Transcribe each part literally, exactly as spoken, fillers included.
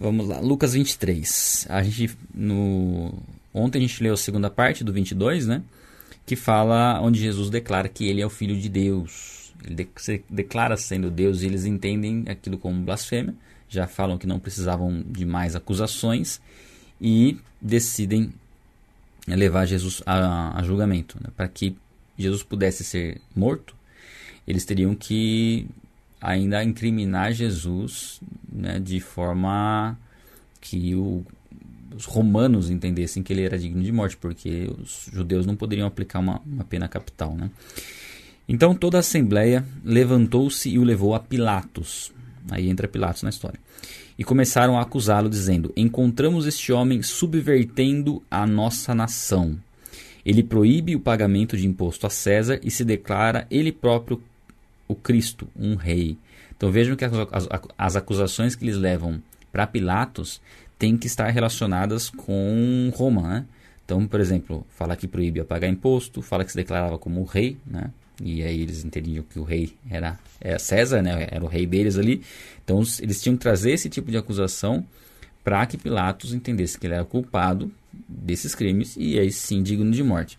vamos lá, Lucas vinte e três. A gente, no... Ontem a gente leu a segunda parte do vinte e dois, né? Que fala onde Jesus declara que ele é o Filho de Deus. Ele de... se declara sendo Deus e eles entendem aquilo como blasfêmia. Já falam que não precisavam de mais acusações e decidem levar Jesus a, a julgamento, né? Para que Jesus pudesse ser morto, eles teriam que ainda incriminar Jesus, né, de forma que o, os romanos entendessem que ele era digno de morte, porque os judeus não poderiam aplicar uma, uma pena capital, né? Então toda a assembleia levantou-se e o levou a Pilatos. Aí entra Pilatos na história. E começaram a acusá-lo, dizendo: encontramos este homem subvertendo a nossa nação. Ele proíbe o pagamento de imposto a César e se declara ele próprio o Cristo, um rei. Então vejam que as, as, as acusações que eles levam para Pilatos têm que estar relacionadas com Roma, né? Então, por exemplo, fala que proíbe pagar imposto, fala que se declarava como rei, né? E aí eles entendiam que o rei era, era César, né? Era o rei deles ali. Então eles tinham que trazer esse tipo de acusação para que Pilatos entendesse que ele era culpado desses crimes e aí sim digno de morte.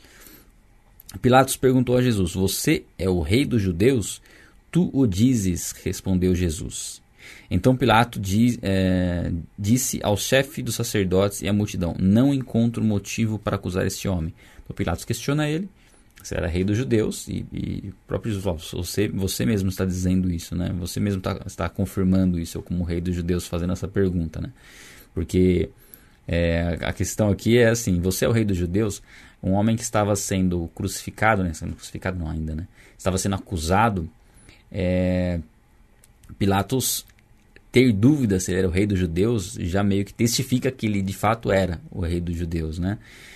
Pilatos perguntou a Jesus: você é o rei dos judeus? Tu o dizes, respondeu Jesus. Então Pilato diz, é, disse ao chefe dos sacerdotes e à multidão: não encontro motivo para acusar este homem. Então Pilatos questiona ele, você era rei dos judeus, e, e o próprio Jesus, você, você mesmo está dizendo isso, né? Você mesmo está, está confirmando isso, eu como rei dos judeus fazendo essa pergunta, né? Porque é, a questão aqui é assim: você é o rei dos judeus, um homem que estava sendo crucificado, né? Sendo crucificado não ainda, né? Estava sendo acusado. É, Pilatos ter dúvida se ele era o rei dos judeus já meio que testifica que ele de fato era o rei dos judeus, né?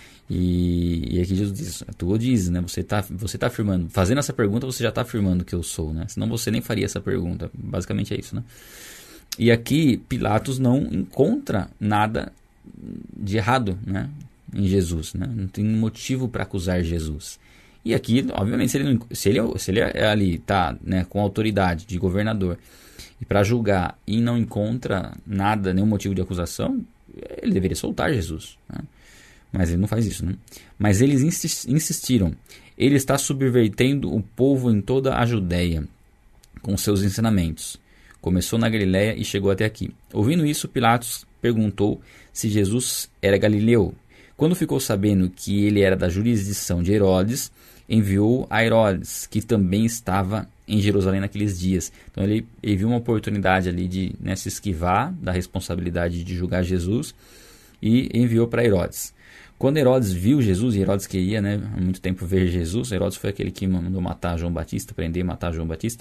E, e aqui Jesus diz, tu diz, né? Você está você tá afirmando, fazendo essa pergunta você já está afirmando que eu sou, né? Senão você nem faria essa pergunta, basicamente é isso, né? E aqui Pilatos não encontra nada de errado, né, em Jesus, né? Não tem motivo para acusar Jesus. E aqui, obviamente, se ele, não, se ele, se ele é ali tá, né, com autoridade de governador e para julgar e não encontra nada, nenhum motivo de acusação, ele deveria soltar Jesus, né? Mas ele não faz isso, né? Mas eles insistiram: ele está subvertendo o povo em toda a Judéia com seus ensinamentos. Começou na Galiléia e chegou até aqui. Ouvindo isso, Pilatos perguntou se Jesus era galileu. Quando ficou sabendo que ele era da jurisdição de Herodes, enviou a Herodes, que também estava em Jerusalém naqueles dias. Então ele, ele viu uma oportunidade ali de, né, se esquivar da responsabilidade de julgar Jesus e enviou para Herodes. Quando Herodes viu Jesus, e Herodes queria, né, há muito tempo ver Jesus, Herodes foi aquele que mandou matar João Batista, prender e matar João Batista,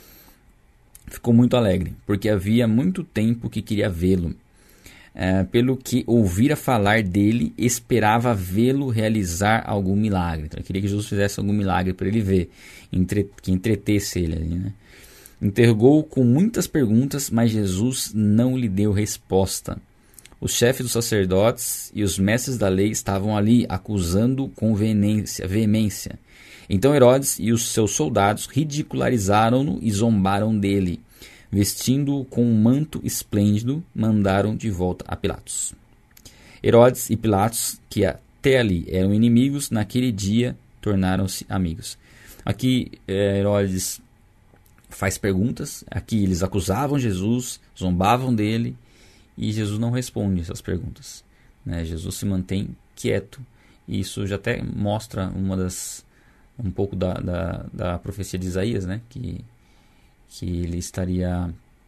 ficou muito alegre, porque havia muito tempo que queria vê-lo. É, pelo que ouvira falar dele, esperava vê-lo realizar algum milagre. Então, ele queria que Jesus fizesse algum milagre para ele ver, entre, que entretesse ele ali, né? Interrogou-o com muitas perguntas, mas Jesus não lhe deu resposta. Os chefes dos sacerdotes e os mestres da lei estavam ali, acusando com veemência. veemência. Então Herodes e os seus soldados ridicularizaram-no e zombaram dele. Vestindo-o com um manto esplêndido, mandaram de volta a Pilatos. Herodes e Pilatos, que até ali eram inimigos, naquele dia tornaram-se amigos. Aqui é, Herodes faz perguntas, aqui eles acusavam Jesus, zombavam dele, e Jesus não responde essas perguntas, né? Jesus se mantém quieto, e isso já até mostra uma das, um pouco da, da, da profecia de Isaías, né? que que ele estaria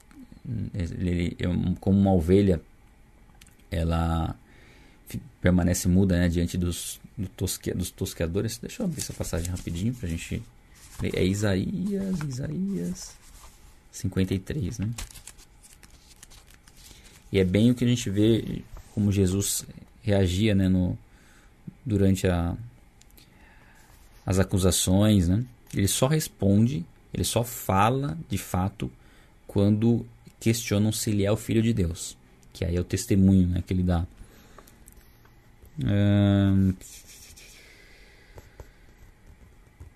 ele, como uma ovelha, ela permanece muda, né, diante dos, do tosque, dos tosqueadores. Deixa eu abrir essa passagem rapidinho para a gente ler. É Isaías, Isaías cinquenta e três, né? E é bem o que a gente vê como Jesus reagia, né, no, durante a, as acusações, né? Ele só responde, ele só fala de fato quando questionam se ele é o Filho de Deus, que aí é o testemunho, né, que ele dá. Hum...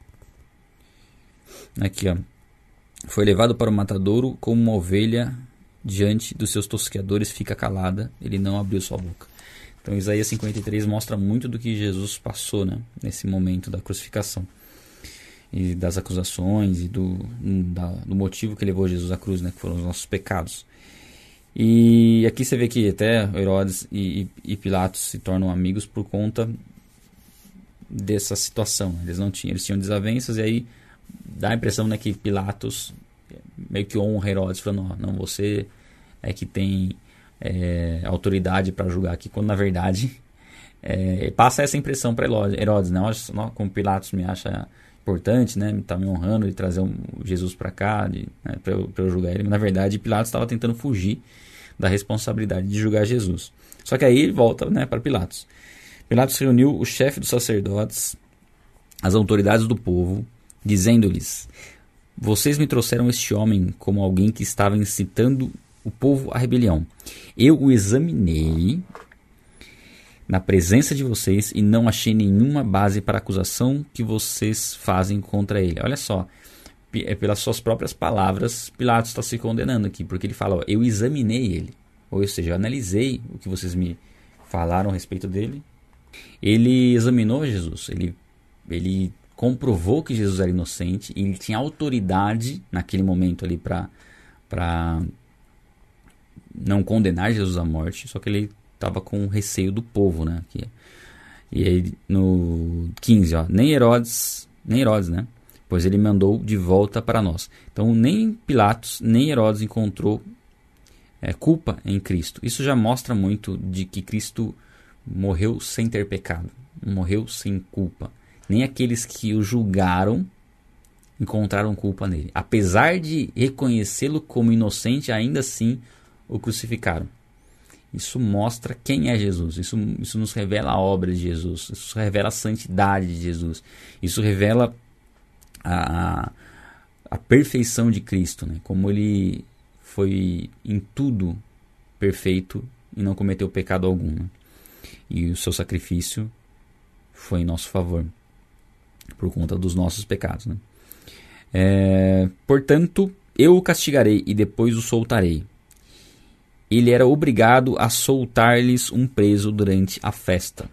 Aqui, ó. Foi levado para o matadouro como uma ovelha diante dos seus tosqueadores fica calada, ele não abriu sua boca. Então Isaías cinquenta e três mostra muito do que Jesus passou, né, nesse momento da crucificação. E das acusações e do, da, do motivo que levou Jesus à cruz, né, que foram os nossos pecados. E aqui você vê que até Herodes e, e, e Pilatos se tornam amigos por conta dessa situação. Eles não tinham, eles tinham desavenças, e aí dá a impressão, né, que Pilatos meio que honra Herodes, falando, não, você é que tem é, autoridade para julgar aqui, quando na verdade é, passa essa impressão para Herodes, né? Olha como Pilatos me acha importante, né? Está me honrando de trazer um Jesus para cá, né, para eu, eu julgar ele. Mas, na verdade, Pilatos estava tentando fugir da responsabilidade de julgar Jesus. Só que aí ele volta, né, para Pilatos. Pilatos reuniu o chefe dos sacerdotes, as autoridades do povo, dizendo-lhes: vocês me trouxeram este homem como alguém que estava incitando o povo à rebelião. Eu o examinei na presença de vocês e não achei nenhuma base para a acusação que vocês fazem contra ele. Olha só, é pelas suas próprias palavras, Pilatos está se condenando aqui, porque ele fala, ó, eu examinei ele, ou seja, eu analisei o que vocês me falaram a respeito dele. Ele examinou Jesus, ele, ele comprovou que Jesus era inocente, e ele tinha autoridade naquele momento ali para para não condenar Jesus à morte, só que ele estava com receio do povo, né? Aqui. E aí no quinze, ó, nem Herodes, nem Herodes, né? Pois ele mandou de volta para nós. Então nem Pilatos, nem Herodes encontrou é, culpa em Cristo. Isso já mostra muito de que Cristo morreu sem ter pecado, morreu sem culpa. Nem aqueles que o julgaram encontraram culpa nele. Apesar de reconhecê-lo como inocente, ainda assim o crucificaram. Isso mostra quem é Jesus, isso, isso nos revela a obra de Jesus, isso revela a santidade de Jesus, isso revela a, a perfeição de Cristo, né? Como ele foi em tudo perfeito e não cometeu pecado algum, né? E o seu sacrifício foi em nosso favor, por conta dos nossos pecados, né? É, portanto, eu o castigarei e depois o soltarei. Ele era obrigado a soltar-lhes um preso durante a festa.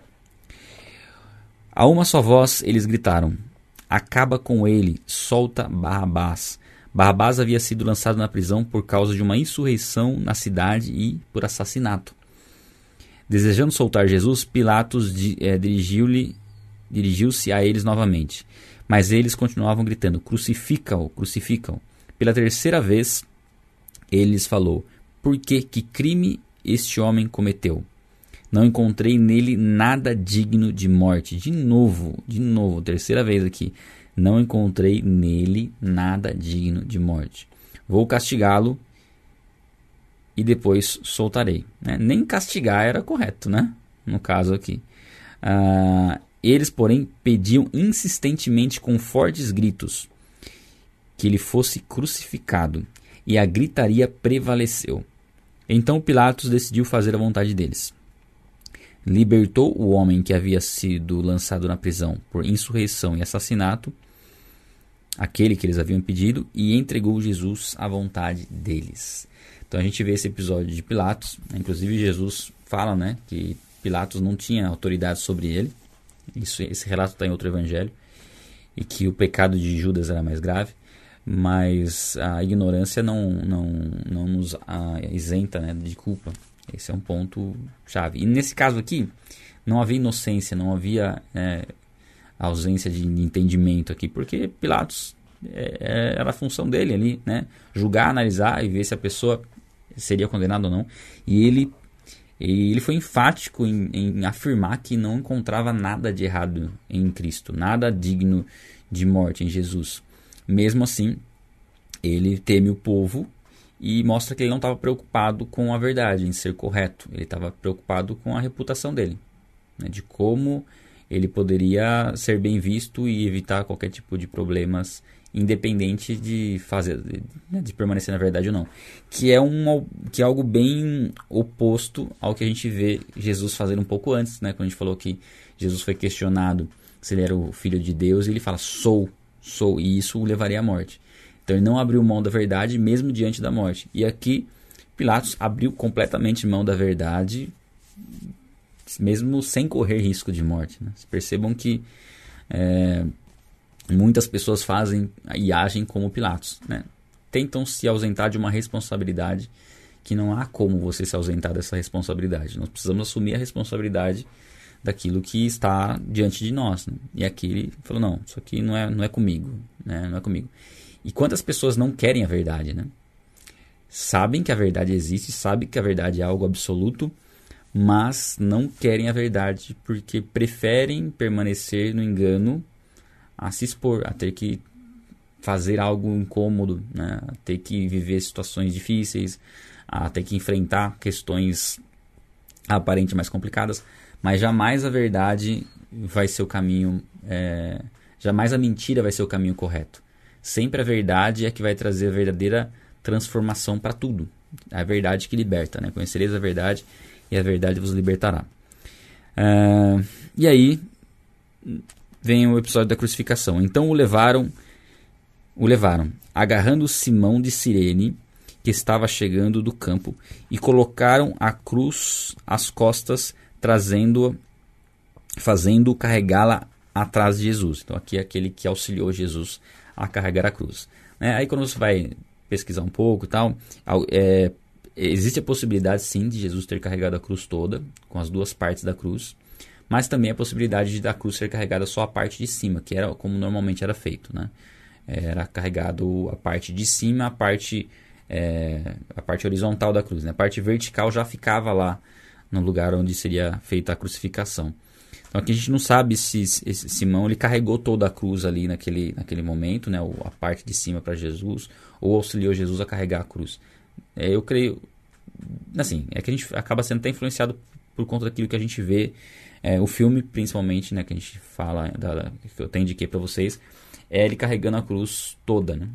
A uma só voz eles gritaram: acaba com ele, solta Barrabás. Barrabás havia sido lançado na prisão por causa de uma insurreição na cidade e por assassinato. Desejando soltar Jesus, Pilatos é, dirigiu-lhe, dirigiu-se a eles novamente. Mas eles continuavam gritando: crucifica-o, crucifica-o. Pela terceira vez, ele lhes falou: por que, que crime este homem cometeu? Não encontrei nele nada digno de morte. De novo, de novo, terceira vez aqui. Não encontrei nele nada digno de morte. Vou castigá-lo e depois soltarei. Né? Nem castigar era correto, né? No caso aqui. Ah, eles, porém, pediam insistentemente com fortes gritos que ele fosse crucificado. E a gritaria prevaleceu. Então Pilatos decidiu fazer a vontade deles. Libertou o homem que havia sido lançado na prisão por insurreição e assassinato, aquele que eles haviam pedido, e entregou Jesus à vontade deles. Então a gente vê esse episódio de Pilatos. Inclusive Jesus fala, né, que Pilatos não tinha autoridade sobre ele. Isso, esse relato está em outro evangelho. E que o pecado de Judas era mais grave. Mas a ignorância não, não, não nos a, isenta, né, de culpa. Esse é um ponto chave. E nesse caso aqui, não havia inocência, não havia é, ausência de entendimento aqui, porque Pilatos é, é, era a função dele ali, né, julgar, analisar e ver se a pessoa seria condenada ou não. E ele, ele foi enfático em, em afirmar que não encontrava nada de errado em Cristo, nada digno de morte em Jesus. Mesmo assim, ele teme o povo e mostra que ele não estava preocupado com a verdade, em ser correto. Ele estava preocupado com a reputação dele, né, de como ele poderia ser bem visto e evitar qualquer tipo de problemas, independente de fazer, de, de permanecer na verdade ou não. Que é, um, que é algo bem oposto ao que a gente vê Jesus fazendo um pouco antes, né, quando a gente falou que Jesus foi questionado se ele era o Filho de Deus, e ele fala, sou. Sou, e isso o levaria à morte. Então ele não abriu mão da verdade mesmo diante da morte. E aqui Pilatos abriu completamente mão da verdade, mesmo sem correr risco de morte, né? Percebam que é, muitas pessoas fazem e agem como Pilatos, né? Tentam se ausentar de uma responsabilidade que não há como você se ausentar dessa responsabilidade. Nós precisamos assumir a responsabilidade daquilo que está diante de nós, né? E aqui ele falou, não, isso aqui não é, não é comigo, né? Não é comigo. E quantas pessoas não querem a verdade, né? Sabem que a verdade existe, sabem que a verdade é algo absoluto, mas não querem a verdade porque preferem permanecer no engano a se expor, a ter que fazer algo incômodo, né? A ter que viver situações difíceis, a ter que enfrentar questões aparentemente mais complicadas, mas jamais a verdade vai ser o caminho, é, jamais a mentira vai ser o caminho correto. Sempre a verdade é que vai trazer a verdadeira transformação para tudo. É a verdade que liberta, né? Conhecereis a verdade e a verdade vos libertará. Uh, e aí vem o episódio da crucificação. Então o levaram, o levaram, agarrando Simão de Cirene, que estava chegando do campo, e colocaram a cruz às costas, trazendo, fazendo carregá-la atrás de Jesus. Então aqui é aquele que auxiliou Jesus a carregar a cruz. Né? Aí quando você vai pesquisar um pouco e tal, é, existe a possibilidade sim de Jesus ter carregado a cruz toda, com as duas partes da cruz, mas também a possibilidade de da cruz ser carregada só a parte de cima, que era como normalmente era feito, né? Era carregado a parte de cima, a parte, é, a parte horizontal da cruz, né? A parte vertical já ficava lá no lugar onde seria feita a crucificação. Então aqui a gente não sabe se esse Simão ele carregou toda a cruz ali naquele, naquele momento, né? A parte de cima para Jesus, ou auxiliou Jesus a carregar a cruz. É, eu creio, assim, é que a gente acaba sendo até influenciado por conta daquilo que a gente vê, é, o filme principalmente, né? Que a gente fala, da, que eu tenho indiquei para vocês, é ele carregando a cruz toda, né?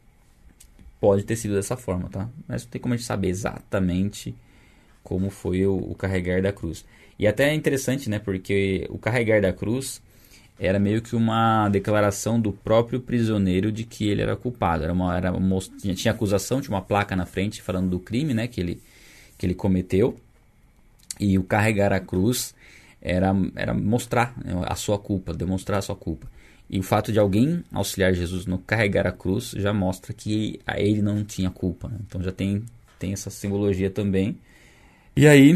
Pode ter sido dessa forma, tá? Mas não tem como a gente saber exatamente como foi o, o carregar da cruz. E até é interessante, né? Porque o carregar da cruz era meio que uma declaração do próprio prisioneiro de que ele era culpado. Era uma, era uma, tinha, tinha acusação, tinha uma placa na frente falando do crime, né? Que ele, que ele cometeu. E o carregar a cruz era, era mostrar, né, a sua culpa, demonstrar a sua culpa. E o fato de alguém auxiliar Jesus no carregar a cruz já mostra que a ele não tinha culpa, né? Então já tem, tem essa simbologia também. E aí,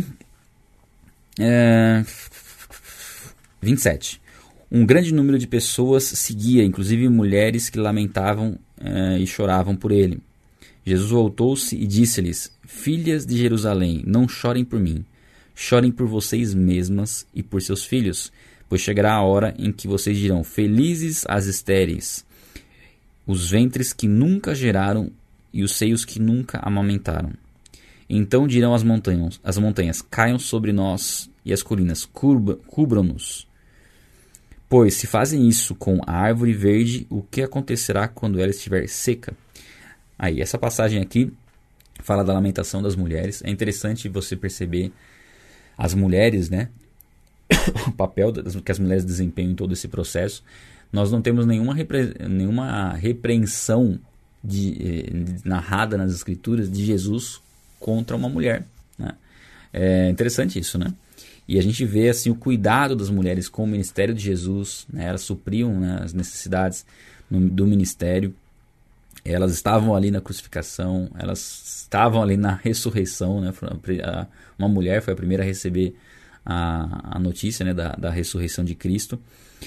é, vinte e sete. Um grande número de pessoas seguia, inclusive mulheres que lamentavam é, e choravam por ele. Jesus voltou-se e disse-lhes: Filhas de Jerusalém, não chorem por mim. Chorem por vocês mesmas e por seus filhos, pois chegará a hora em que vocês dirão: Felizes as estéreis, os ventres que nunca geraram e os seios que nunca amamentaram. Então dirão as montanhas, as montanhas, caiam sobre nós, e as colinas, cubram-nos. Pois se fazem isso com a árvore verde, o que acontecerá quando ela estiver seca? Aí, essa passagem aqui fala da lamentação das mulheres. É interessante você perceber as mulheres, né? O papel que as mulheres desempenham em todo esse processo. Nós não temos nenhuma, repre... nenhuma repreensão de, eh, narrada nas escrituras de Jesus contra uma mulher, né? É interessante isso, né? E a gente vê assim o cuidado das mulheres com o ministério de Jesus, né? Elas supriam, né, as necessidades no, do ministério. Elas estavam ali na crucificação, elas estavam ali na ressurreição, né? Uma mulher foi a primeira a receber a, a notícia, né, da, da ressurreição de Cristo.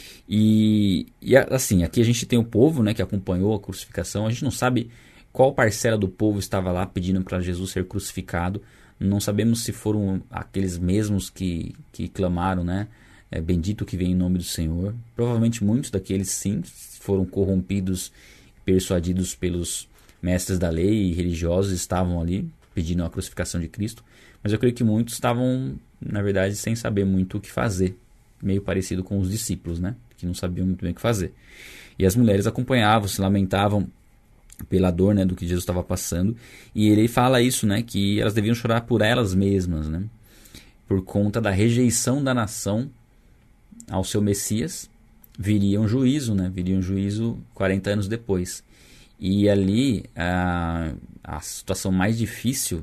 E, e assim, aqui a gente tem o povo, né, que acompanhou a crucificação. A gente não sabe qual parcela do povo estava lá pedindo para Jesus ser crucificado. Não sabemos se foram aqueles mesmos que, que clamaram, né? É, bendito que vem em nome do Senhor. Provavelmente muitos daqueles sim foram corrompidos, persuadidos pelos mestres da lei e religiosos, estavam ali pedindo a crucificação de Cristo. Mas eu creio que muitos estavam, na verdade, sem saber muito o que fazer. Meio parecido com os discípulos, né? Que não sabiam muito bem o que fazer. E as mulheres acompanhavam, se lamentavam pela dor, né, do que Jesus estava passando, e ele fala isso, né, que elas deviam chorar por elas mesmas, né, por conta da rejeição da nação ao seu Messias. Viria um juízo, né, viria um juízo quarenta anos depois, e ali a, a situação mais difícil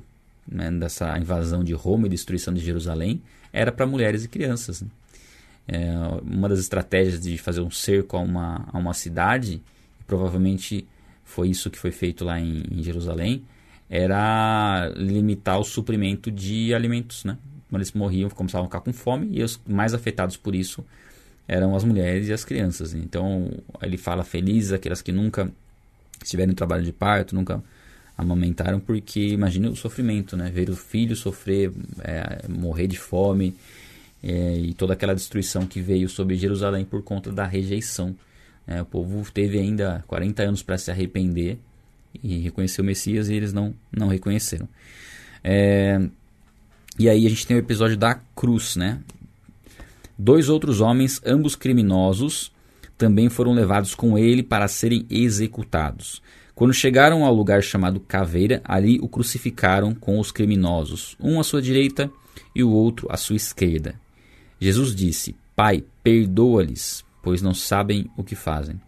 né, dessa invasão de Roma e destruição de Jerusalém, era para mulheres e crianças. Né? É, uma das estratégias de fazer um cerco a uma, a uma cidade, provavelmente foi isso que foi feito lá em, em Jerusalém, era limitar o suprimento de alimentos, né? Quando eles morriam, começavam a ficar com fome, e os mais afetados por isso eram as mulheres e as crianças. Então, ele fala felizes aquelas que nunca estiveram em trabalho de parto, nunca amamentaram, porque imagine o sofrimento, né? Ver o filho sofrer, é, morrer de fome, é, e toda aquela destruição que veio sobre Jerusalém por conta da rejeição. É, o povo teve ainda quarenta anos para se arrepender e reconhecer o Messias, e eles não, não reconheceram. É, e aí a gente tem o episódio da cruz, né? Dois outros homens, ambos criminosos, também foram levados com ele para serem executados. Quando chegaram ao lugar chamado Caveira, ali o crucificaram com os criminosos, um à sua direita e o outro à sua esquerda. Jesus disse: Pai, perdoa-lhes, pois não sabem o que fazem.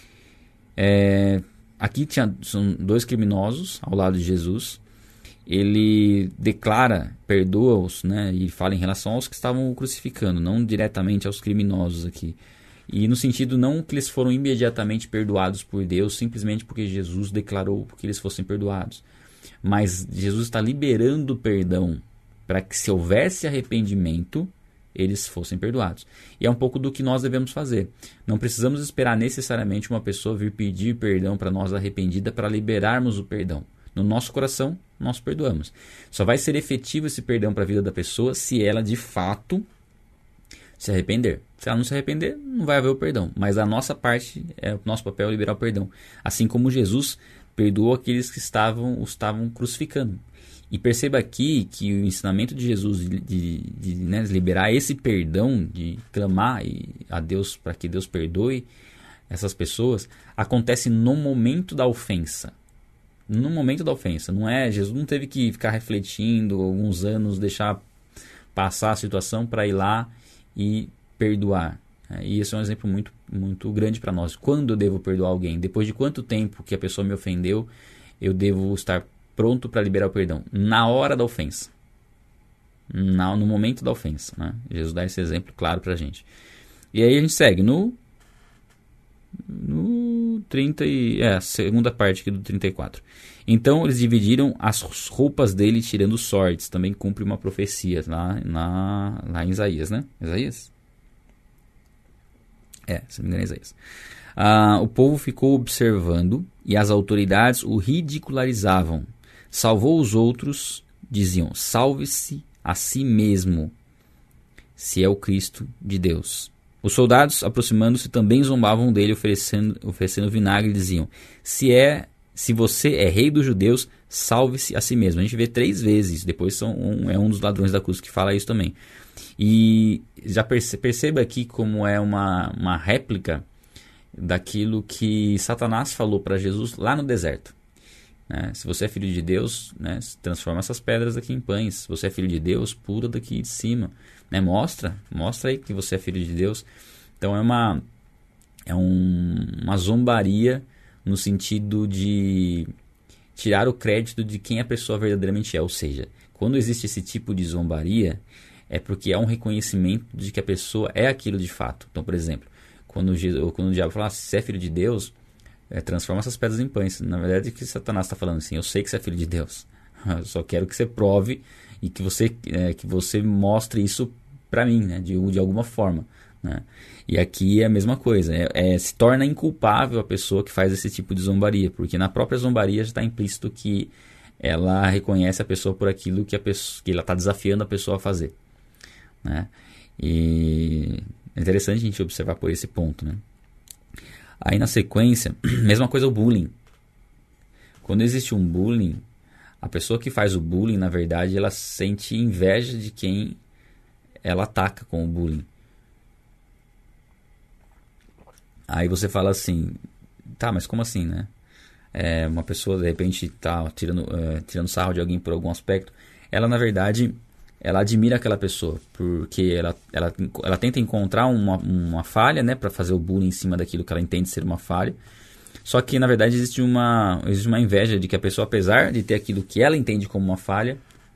É, aqui tinha, são dois criminosos ao lado de Jesus. Ele declara, perdoa-os, né, e fala em relação aos que estavam o crucificando, não diretamente aos criminosos aqui. E no sentido não que eles foram imediatamente perdoados por Deus, simplesmente porque Jesus declarou que eles fossem perdoados. Mas Jesus está liberando perdão para que, se houvesse arrependimento, eles fossem perdoados. E é um pouco do que nós devemos fazer. Não precisamos esperar necessariamente uma pessoa vir pedir perdão para nós arrependida para liberarmos o perdão. No nosso coração, nós perdoamos. Só vai ser efetivo esse perdão para a vida da pessoa se ela, de fato, se arrepender. Se ela não se arrepender, não vai haver o perdão. Mas a nossa parte, é o nosso papel é liberar o perdão. Assim como Jesus perdoou aqueles que estavam, os estavam crucificando. E perceba aqui que o ensinamento de Jesus de, de, de né, liberar esse perdão, de clamar a Deus para que Deus perdoe essas pessoas, acontece no momento da ofensa. No momento da ofensa. Não é, Jesus não teve que ficar refletindo alguns anos, deixar passar a situação para ir lá e perdoar. E esse é um exemplo muito, muito grande para nós. Quando eu devo perdoar alguém? Depois de quanto tempo que a pessoa me ofendeu, eu devo estar pronto para liberar o perdão? Na hora da ofensa. Na, no momento da ofensa. Né? Jesus dá esse exemplo claro para a gente. E aí a gente segue no, no trinta e, é, a segunda parte aqui do trinta e quatro. Então eles dividiram as roupas dele, tirando sortes. Também cumpre uma profecia lá, na, lá em Isaías, né? Isaías? É, se não me engano é Isaías. Ah, o povo ficou observando e as autoridades o ridicularizavam. Salvou os outros, diziam: salve-se a si mesmo, se é o Cristo de Deus. Os soldados, aproximando-se, também zombavam dele, oferecendo, oferecendo vinagre, e diziam: se, é, se você é rei dos judeus, salve-se a si mesmo. A gente vê três vezes, depois são um, é um dos ladrões da cruz que fala isso também. E já perce, perceba aqui como é uma, uma réplica daquilo que Satanás falou para Jesus lá no deserto. Né? Se você é filho de Deus, né, transforma essas pedras aqui em pães. Se você é filho de Deus, pula daqui de cima. Né? Mostra, mostra aí que você é filho de Deus. Então é uma, é um, uma zombaria no sentido de tirar o crédito de quem a pessoa verdadeiramente é. Ou seja, quando existe esse tipo de zombaria, é porque há um reconhecimento de que a pessoa é aquilo de fato. Então, por exemplo, quando, Jesus, quando o diabo fala: se você é filho de Deus, é, transforma essas pedras em pães. Na verdade, o que Satanás está falando assim: eu sei que você é filho de Deus, eu só quero que você prove e que você, é, que você mostre isso para mim, né, de, de alguma forma. Né? E aqui é a mesma coisa, é, é, se torna inculpável a pessoa que faz esse tipo de zombaria, porque na própria zombaria já está implícito que ela reconhece a pessoa por aquilo que, a pessoa, que ela está desafiando a pessoa a fazer. Né? E é interessante a gente observar por esse ponto. Né? Aí na sequência, mesma coisa o bullying. Quando existe um bullying, a pessoa que faz o bullying, na verdade, ela sente inveja de quem ela ataca com o bullying. Aí você fala assim: tá, mas como assim, né? É, uma pessoa de repente tá tirando, é, tirando sarro de alguém por algum aspecto. Ela, na verdade, ela admira aquela pessoa, porque ela, ela, ela tenta encontrar uma, uma falha, né, para fazer o bullying em cima daquilo que ela entende ser uma falha. Só que, na verdade, existe uma, existe uma inveja de que a pessoa, apesar de ter aquilo que ela entende como uma falha,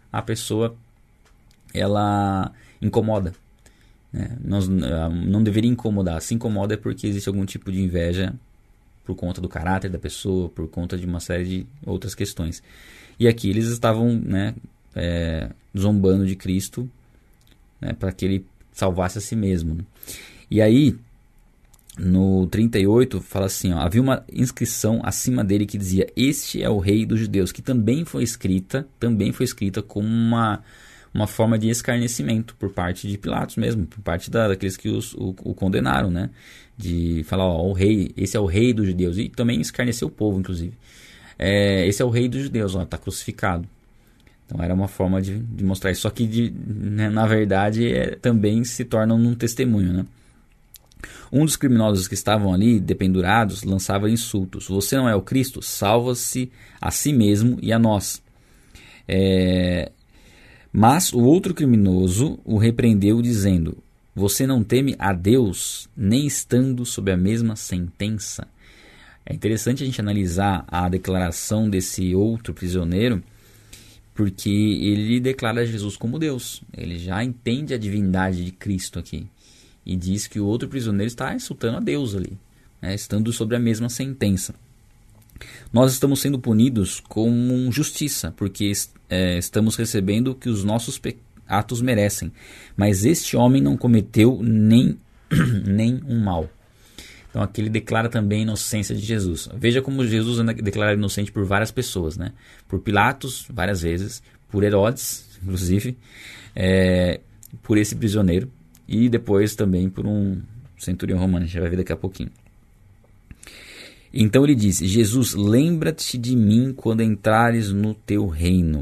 a pessoa ela incomoda. Né? Nós, não deveria incomodar. Se incomoda é porque existe algum tipo de inveja por conta do caráter da pessoa, por conta de uma série de outras questões. E aqui eles estavam, né, é, zombando de Cristo, né, para que ele salvasse a si mesmo. Né? E aí, no trinta e oito, fala assim, ó, havia uma inscrição acima dele que dizia, este é o rei dos judeus, que também foi escrita, também foi escrita como uma, uma forma de escarnecimento por parte de Pilatos mesmo, por parte da, daqueles que os, o, o condenaram, né? De falar, ó, o rei, esse é o rei dos judeus, e também escarneceu o povo, inclusive. É, esse é o rei dos judeus, ó, está crucificado. Então era uma forma de, de mostrar isso, só que de, né, na verdade é, também se torna um testemunho, né? Um dos criminosos que estavam ali, dependurados, lançava insultos. Você não é o Cristo? Salva-se a si mesmo e a nós. É... Mas o outro criminoso o repreendeu, dizendo, você não teme a Deus, nem estando sob a mesma sentença? É interessante a gente analisar a declaração desse outro prisioneiro, porque ele declara Jesus como Deus. Ele já entende a divindade de Cristo aqui. E diz que o outro prisioneiro está insultando a Deus ali, né, estando sobre a mesma sentença. Nós estamos sendo punidos com justiça, porque é, estamos recebendo o que os nossos atos merecem. Mas este homem não cometeu nem, nem um mal. Então aqui ele declara também a inocência de Jesus. Veja como Jesus é declarado inocente por várias pessoas, né? Por Pilatos, várias vezes, por Herodes, inclusive, é, por esse prisioneiro. E depois também por um centurião romano, a gente vai ver daqui a pouquinho. Então ele disse, Jesus, lembra-te de mim quando entrares no teu reino.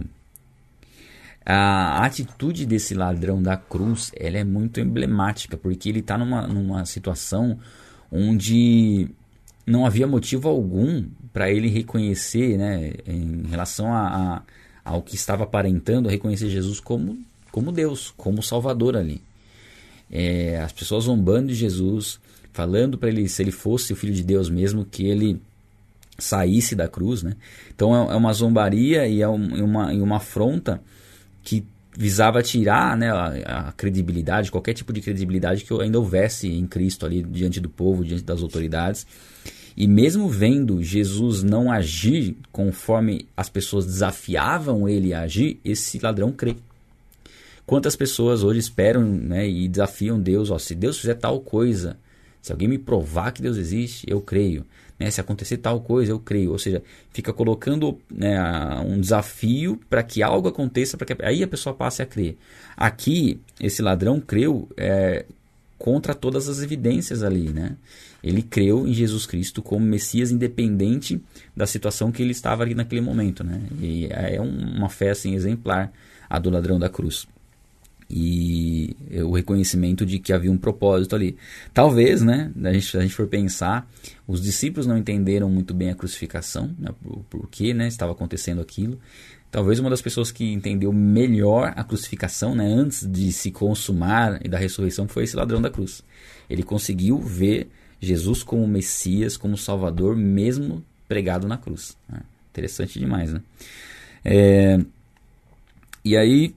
A atitude desse ladrão da cruz, ela é muito emblemática, porque ele está numa, numa situação onde não havia motivo algum para ele reconhecer, né, em relação a, a, ao que estava aparentando, reconhecer Jesus como, como Deus, como Salvador ali. É, as pessoas zombando de Jesus, falando para ele, se ele fosse o Filho de Deus mesmo, que ele saísse da cruz, né? Então é uma zombaria e é uma, uma afronta que visava tirar, né, a, a credibilidade, qualquer tipo de credibilidade que ainda houvesse em Cristo ali diante do povo, diante das autoridades. E mesmo vendo Jesus não agir conforme as pessoas desafiavam ele a agir, esse ladrão crê. Quantas pessoas hoje esperam, né, e desafiam Deus, ó, se Deus fizer tal coisa, se alguém me provar que Deus existe, eu creio. Né, se acontecer tal coisa, eu creio. Ou seja, fica colocando, né, um desafio para que algo aconteça, para que aí a pessoa passe a crer. Aqui, esse ladrão creu é, contra todas as evidências ali. Né? Ele creu em Jesus Cristo como Messias, independente da situação que ele estava ali naquele momento. Né? E é uma fé assim, exemplar, a do ladrão da cruz. E o reconhecimento de que havia um propósito ali. Talvez, né, a gente, se a gente for pensar, os discípulos não entenderam muito bem a crucificação, né, por, por que, né, estava acontecendo aquilo. Talvez uma das pessoas que entendeu melhor a crucificação, né, antes de se consumar e da ressurreição, foi esse ladrão da cruz. Ele conseguiu ver Jesus como Messias, como Salvador, mesmo pregado na cruz. Né? Interessante demais, né? É, e aí...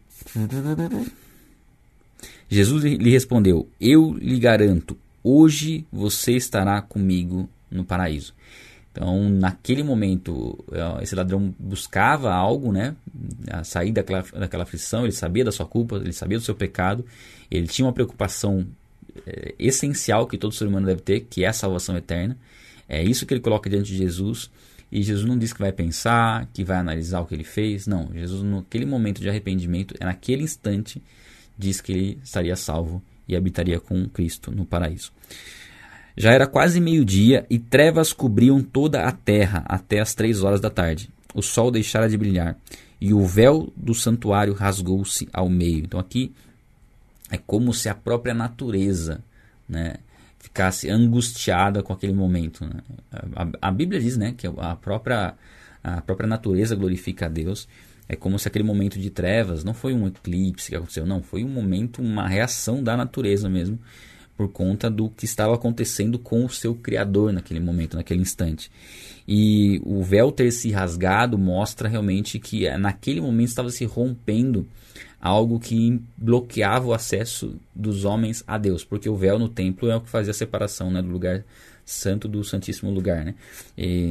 Jesus lhe respondeu, eu lhe garanto, hoje você estará comigo no paraíso. Então, naquele momento, esse ladrão buscava algo, né, a sair daquela, daquela aflição, ele sabia da sua culpa, ele sabia do seu pecado, ele tinha uma preocupação é, essencial que todo ser humano deve ter, que é a salvação eterna. É isso que ele coloca diante de Jesus, e Jesus não diz que vai pensar, que vai analisar o que ele fez, não. Jesus, naquele momento de arrependimento, é naquele instante, diz que ele estaria salvo e habitaria com Cristo no paraíso. Já era quase meio-dia e trevas cobriam toda a terra até as três horas da tarde. O sol deixara de brilhar e o véu do santuário rasgou-se ao meio. Então aqui é como se a própria natureza, né, ficasse angustiada com aquele momento. Né? A, a Bíblia diz, né, que a própria, a própria natureza glorifica a Deus. É como se aquele momento de trevas não foi um eclipse que aconteceu, não, foi um momento, uma reação da natureza mesmo, por conta do que estava acontecendo com o seu Criador naquele momento, naquele instante. E o véu ter se rasgado mostra realmente que naquele momento estava se rompendo algo que bloqueava o acesso dos homens a Deus, porque o véu no templo é o que fazia a separação, né, do lugar santo do santíssimo lugar, né? E,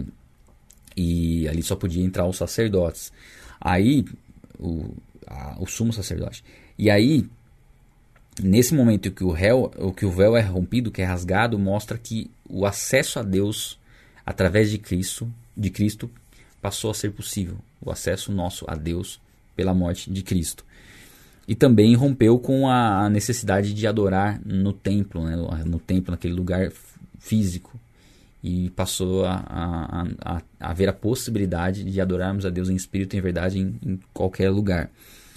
e ali só podia entrar os sacerdotes. Aí, o, a, o sumo sacerdote. E aí, nesse momento que o, réu, que o véu é rompido, que é rasgado, mostra que o acesso a Deus através de Cristo, de Cristo passou a ser possível. O acesso nosso a Deus pela morte de Cristo. E também rompeu com a necessidade de adorar no templo, né? No templo, naquele lugar físico. E passou a, a, a, a haver a possibilidade de adorarmos a Deus em espírito e em verdade em, em qualquer lugar.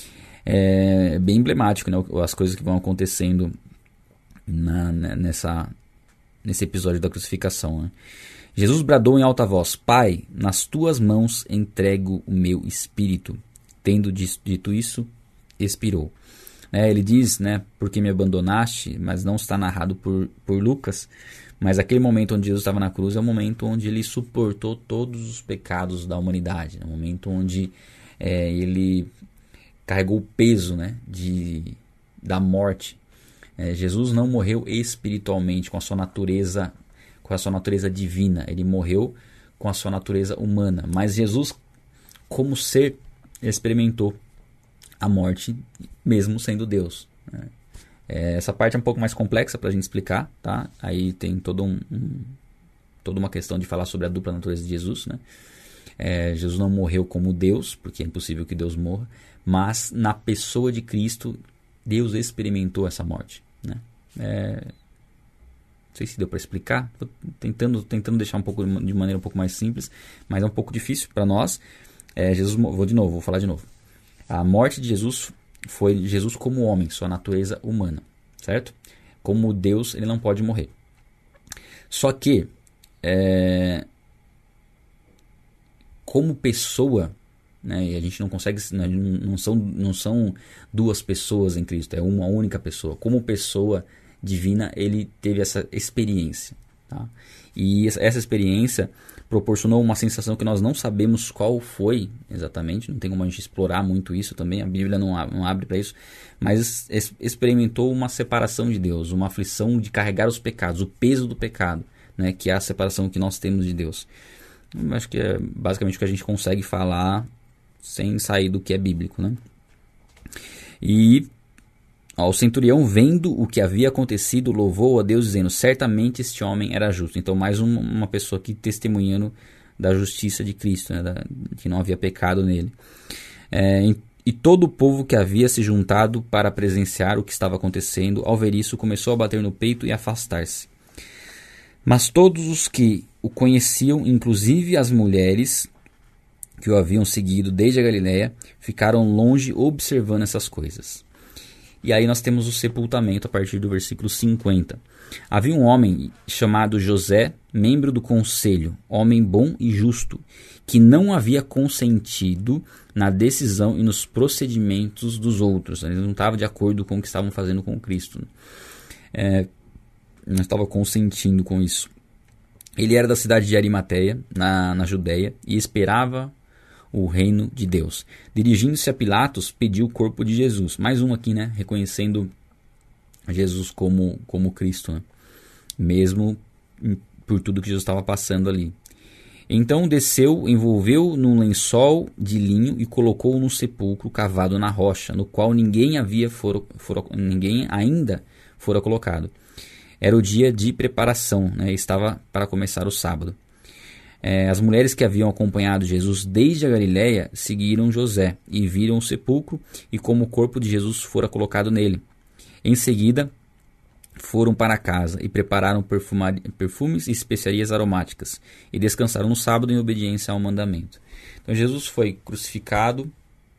É bem emblemático, né? As coisas que vão acontecendo na, nessa, nesse episódio da crucificação, né? Jesus bradou em alta voz: Pai, nas tuas mãos entrego o meu espírito. Tendo dito isso, expirou. É, ele diz, né, porque me abandonaste, mas não está narrado por, por Lucas, mas aquele momento onde Jesus estava na cruz é o momento onde ele suportou todos os pecados da humanidade, é o momento onde é, ele carregou o peso, né, de, da morte. É, Jesus não morreu espiritualmente com a sua natureza, com a sua natureza divina, ele morreu com a sua natureza humana, mas Jesus, como ser, experimentou a morte, mesmo sendo Deus. Né? É, essa parte é um pouco mais complexa para a gente explicar, tá? Aí tem todo um, um, toda uma questão de falar sobre a dupla natureza de Jesus, né? É, Jesus não morreu como Deus, porque é impossível que Deus morra, mas na pessoa de Cristo, Deus experimentou essa morte, né? É, não sei se deu para explicar, tô tentando, tentando deixar um pouco de maneira um pouco mais simples, mas é um pouco difícil para nós. É, Jesus, vou de novo, vou falar de novo. A morte de Jesus foi Jesus como homem, sua natureza humana, certo? Como Deus, ele não pode morrer. Só que, é, como pessoa, né, e a gente não consegue, não são, não são duas pessoas em Cristo, é uma única pessoa. Como pessoa divina, ele teve essa experiência, tá? E essa experiência proporcionou uma sensação que nós não sabemos qual foi exatamente, não tem como a gente explorar muito isso também, a Bíblia não, não abre para isso, mas es, experimentou uma separação de Deus, uma aflição de carregar os pecados, o peso do pecado, né, que é a separação que nós temos de Deus. Eu acho que é basicamente o que a gente consegue falar sem sair do que é bíblico, né? E ó, o centurião, vendo o que havia acontecido, louvou a Deus, dizendo: certamente este homem era justo. Então, mais um, uma pessoa aqui testemunhando da justiça de Cristo, né, da, que não havia pecado nele. É, e, e todo o povo que havia se juntado para presenciar o que estava acontecendo, ao ver isso, começou a bater no peito e afastar-se. Mas todos os que o conheciam, inclusive as mulheres que o haviam seguido desde a Galiléia, ficaram longe observando essas coisas. E aí nós temos o sepultamento a partir do versículo cinquenta. Havia um homem chamado José, membro do conselho, homem bom e justo, que não havia consentido na decisão e nos procedimentos dos outros. Ele não estava de acordo com o que estavam fazendo com Cristo. É, não estava consentindo com isso. Ele era da cidade de Arimateia, na, na Judéia, e esperava o reino de Deus. Dirigindo-se a Pilatos, pediu o corpo de Jesus. Mais um aqui, né? Reconhecendo Jesus como, como Cristo, né? Mesmo por tudo que Jesus estava passando ali. Então desceu, envolveu num lençol de linho e colocou num sepulcro cavado na rocha, no qual ninguém havia fora, fora, ninguém ainda fora colocado. Era o dia de preparação, né? Estava para começar o sábado. É, as mulheres que haviam acompanhado Jesus desde a Galiléia seguiram José e viram o sepulcro e como o corpo de Jesus fora colocado nele. Em seguida, foram para casa e prepararam perfumes e especiarias aromáticas e descansaram no sábado em obediência ao mandamento. Então Jesus foi crucificado,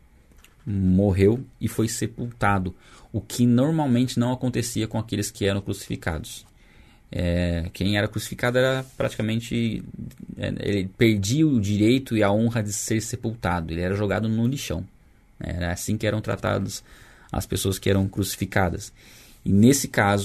morreu e foi sepultado, o que normalmente não acontecia com aqueles que eram crucificados. É, quem era crucificado era praticamente, é, ele perdia o direito e a honra de ser sepultado, ele era jogado no lixão. Era assim que eram tratadas as pessoas que eram crucificadas. E nesse caso,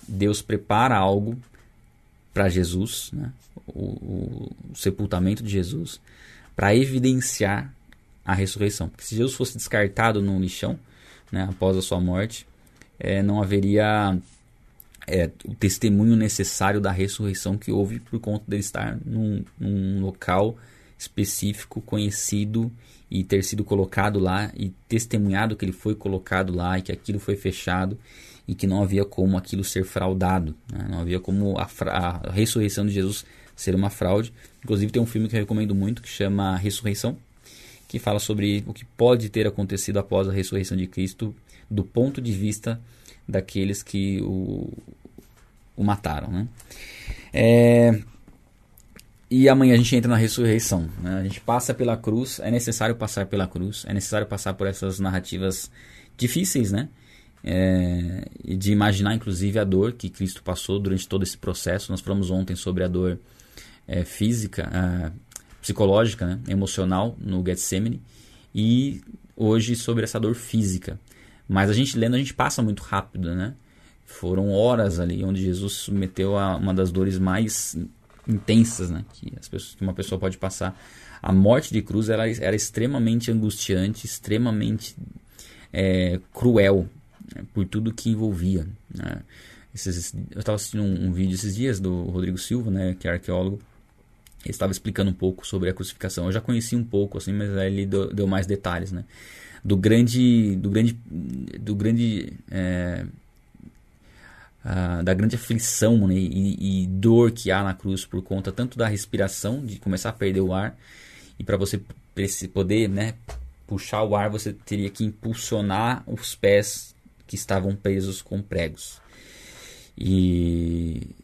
Deus prepara algo para Jesus, né? o, o, o sepultamento de Jesus, para evidenciar a ressurreição. Porque se Jesus fosse descartado no lixão, né, após a sua morte, é, não haveria é, o testemunho necessário da ressurreição que houve por conta dele estar num, num local específico, conhecido, e ter sido colocado lá e testemunhado que ele foi colocado lá e que aquilo foi fechado e que não havia como aquilo ser fraudado, né? Não havia como a, a ressurreição de Jesus ser uma fraude. Inclusive tem um filme que eu recomendo muito que chama Ressurreição, que fala sobre o que pode ter acontecido após a ressurreição de Cristo do ponto de vista daqueles que o, o mataram, né? É... E amanhã a gente entra na ressurreição, né? A gente passa pela cruz, é necessário passar pela cruz, é necessário passar por essas narrativas difíceis, né? É, de imaginar inclusive a dor que Cristo passou durante todo esse processo. Nós falamos ontem sobre a dor é, física, é, psicológica, né? Emocional no Getsemane, e hoje sobre essa dor física. Mas a gente lendo, a gente passa muito rápido, né? Foram horas ali onde Jesus se submeteu a uma das dores mais intensas, né, que, as pessoas, que uma pessoa pode passar. A morte de cruz era, era extremamente angustiante, extremamente é, cruel, né, por tudo que envolvia, né. Esses, eu estava assistindo um, um vídeo esses dias do Rodrigo Silva, né, que é arqueólogo. Ele estava explicando um pouco sobre a crucificação. Eu já conheci um pouco, assim, mas aí ele deu, deu mais detalhes, né, do grande, do grande, do grande é, Uh, da grande aflição, né, e, e dor que há na cruz por conta tanto da respiração, de começar a perder o ar, e para você poder, né, puxar o ar, você teria que impulsionar os pés que estavam presos com pregos. E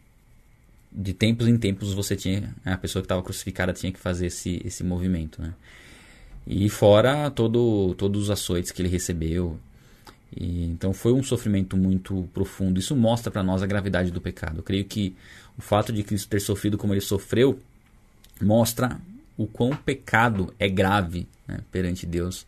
de tempos em tempos você tinha, a pessoa que estava crucificada tinha que fazer esse, esse movimento, né? E fora todo, todos os açoites que ele recebeu. E, então foi um sofrimento muito profundo. Isso mostra para nós a gravidade do pecado. Eu creio que o fato de Cristo ter sofrido como ele sofreu mostra o quão o pecado é grave, né, perante Deus,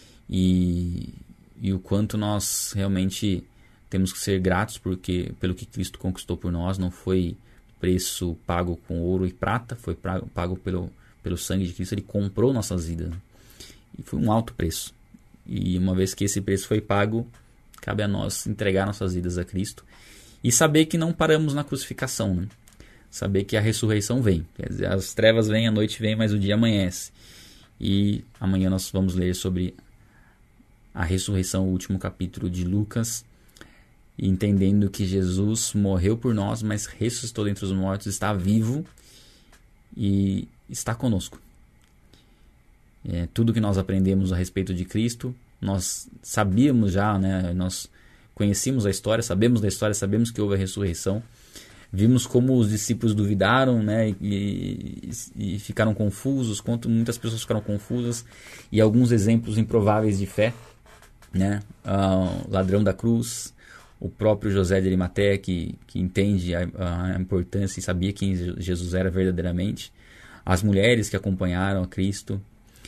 e, e o quanto nós realmente temos que ser gratos porque, pelo que Cristo conquistou por nós. Não foi preço pago com ouro e prata, foi pago pelo, pelo sangue de Cristo. Ele comprou nossas vidas, e foi um alto preço. E uma vez que esse preço foi pago, cabe a nós entregar nossas vidas a Cristo e saber que não paramos na crucificação, né? Saber que a ressurreição vem. Quer dizer, as trevas vêm, a noite vem, mas o dia amanhece. E amanhã nós vamos ler sobre a ressurreição, o último capítulo de Lucas, entendendo que Jesus morreu por nós, mas ressuscitou dentre os mortos, está vivo e está conosco. É, tudo que nós aprendemos a respeito de Cristo, nós sabíamos já, né? Nós conhecíamos a história, sabemos da história, sabemos que houve a ressurreição. Vimos como os discípulos duvidaram, né? e, e, e ficaram confusos, quanto muitas pessoas ficaram confusas, e alguns exemplos improváveis de fé, né? Ah, o ladrão da cruz, o próprio José de Arimateia, que, que entende a, a importância e sabia quem Jesus era verdadeiramente, as mulheres que acompanharam a Cristo.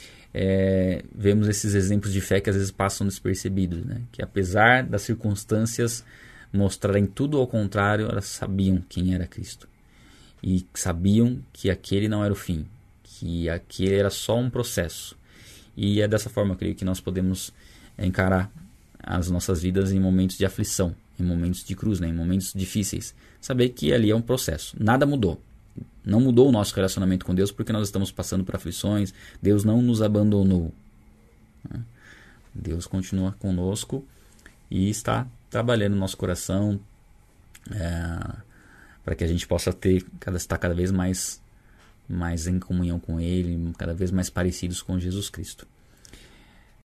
É, vemos esses exemplos de fé que às vezes passam despercebidos, né? Que apesar das circunstâncias mostrarem tudo ao contrário, elas sabiam quem era Cristo e sabiam que aquele não era o fim, que aquele era só um processo. E é dessa forma, eu creio, que nós podemos encarar as nossas vidas em momentos de aflição, em momentos de cruz, né? Em momentos difíceis, saber que ali é um processo, nada mudou. Não mudou o nosso relacionamento com Deus porque nós estamos passando por aflições. Deus não nos abandonou, né? Deus continua conosco e está trabalhando no nosso coração, é, para que a gente possa ter, cada, estar cada vez mais, mais em comunhão com Ele, cada vez mais parecidos com Jesus Cristo.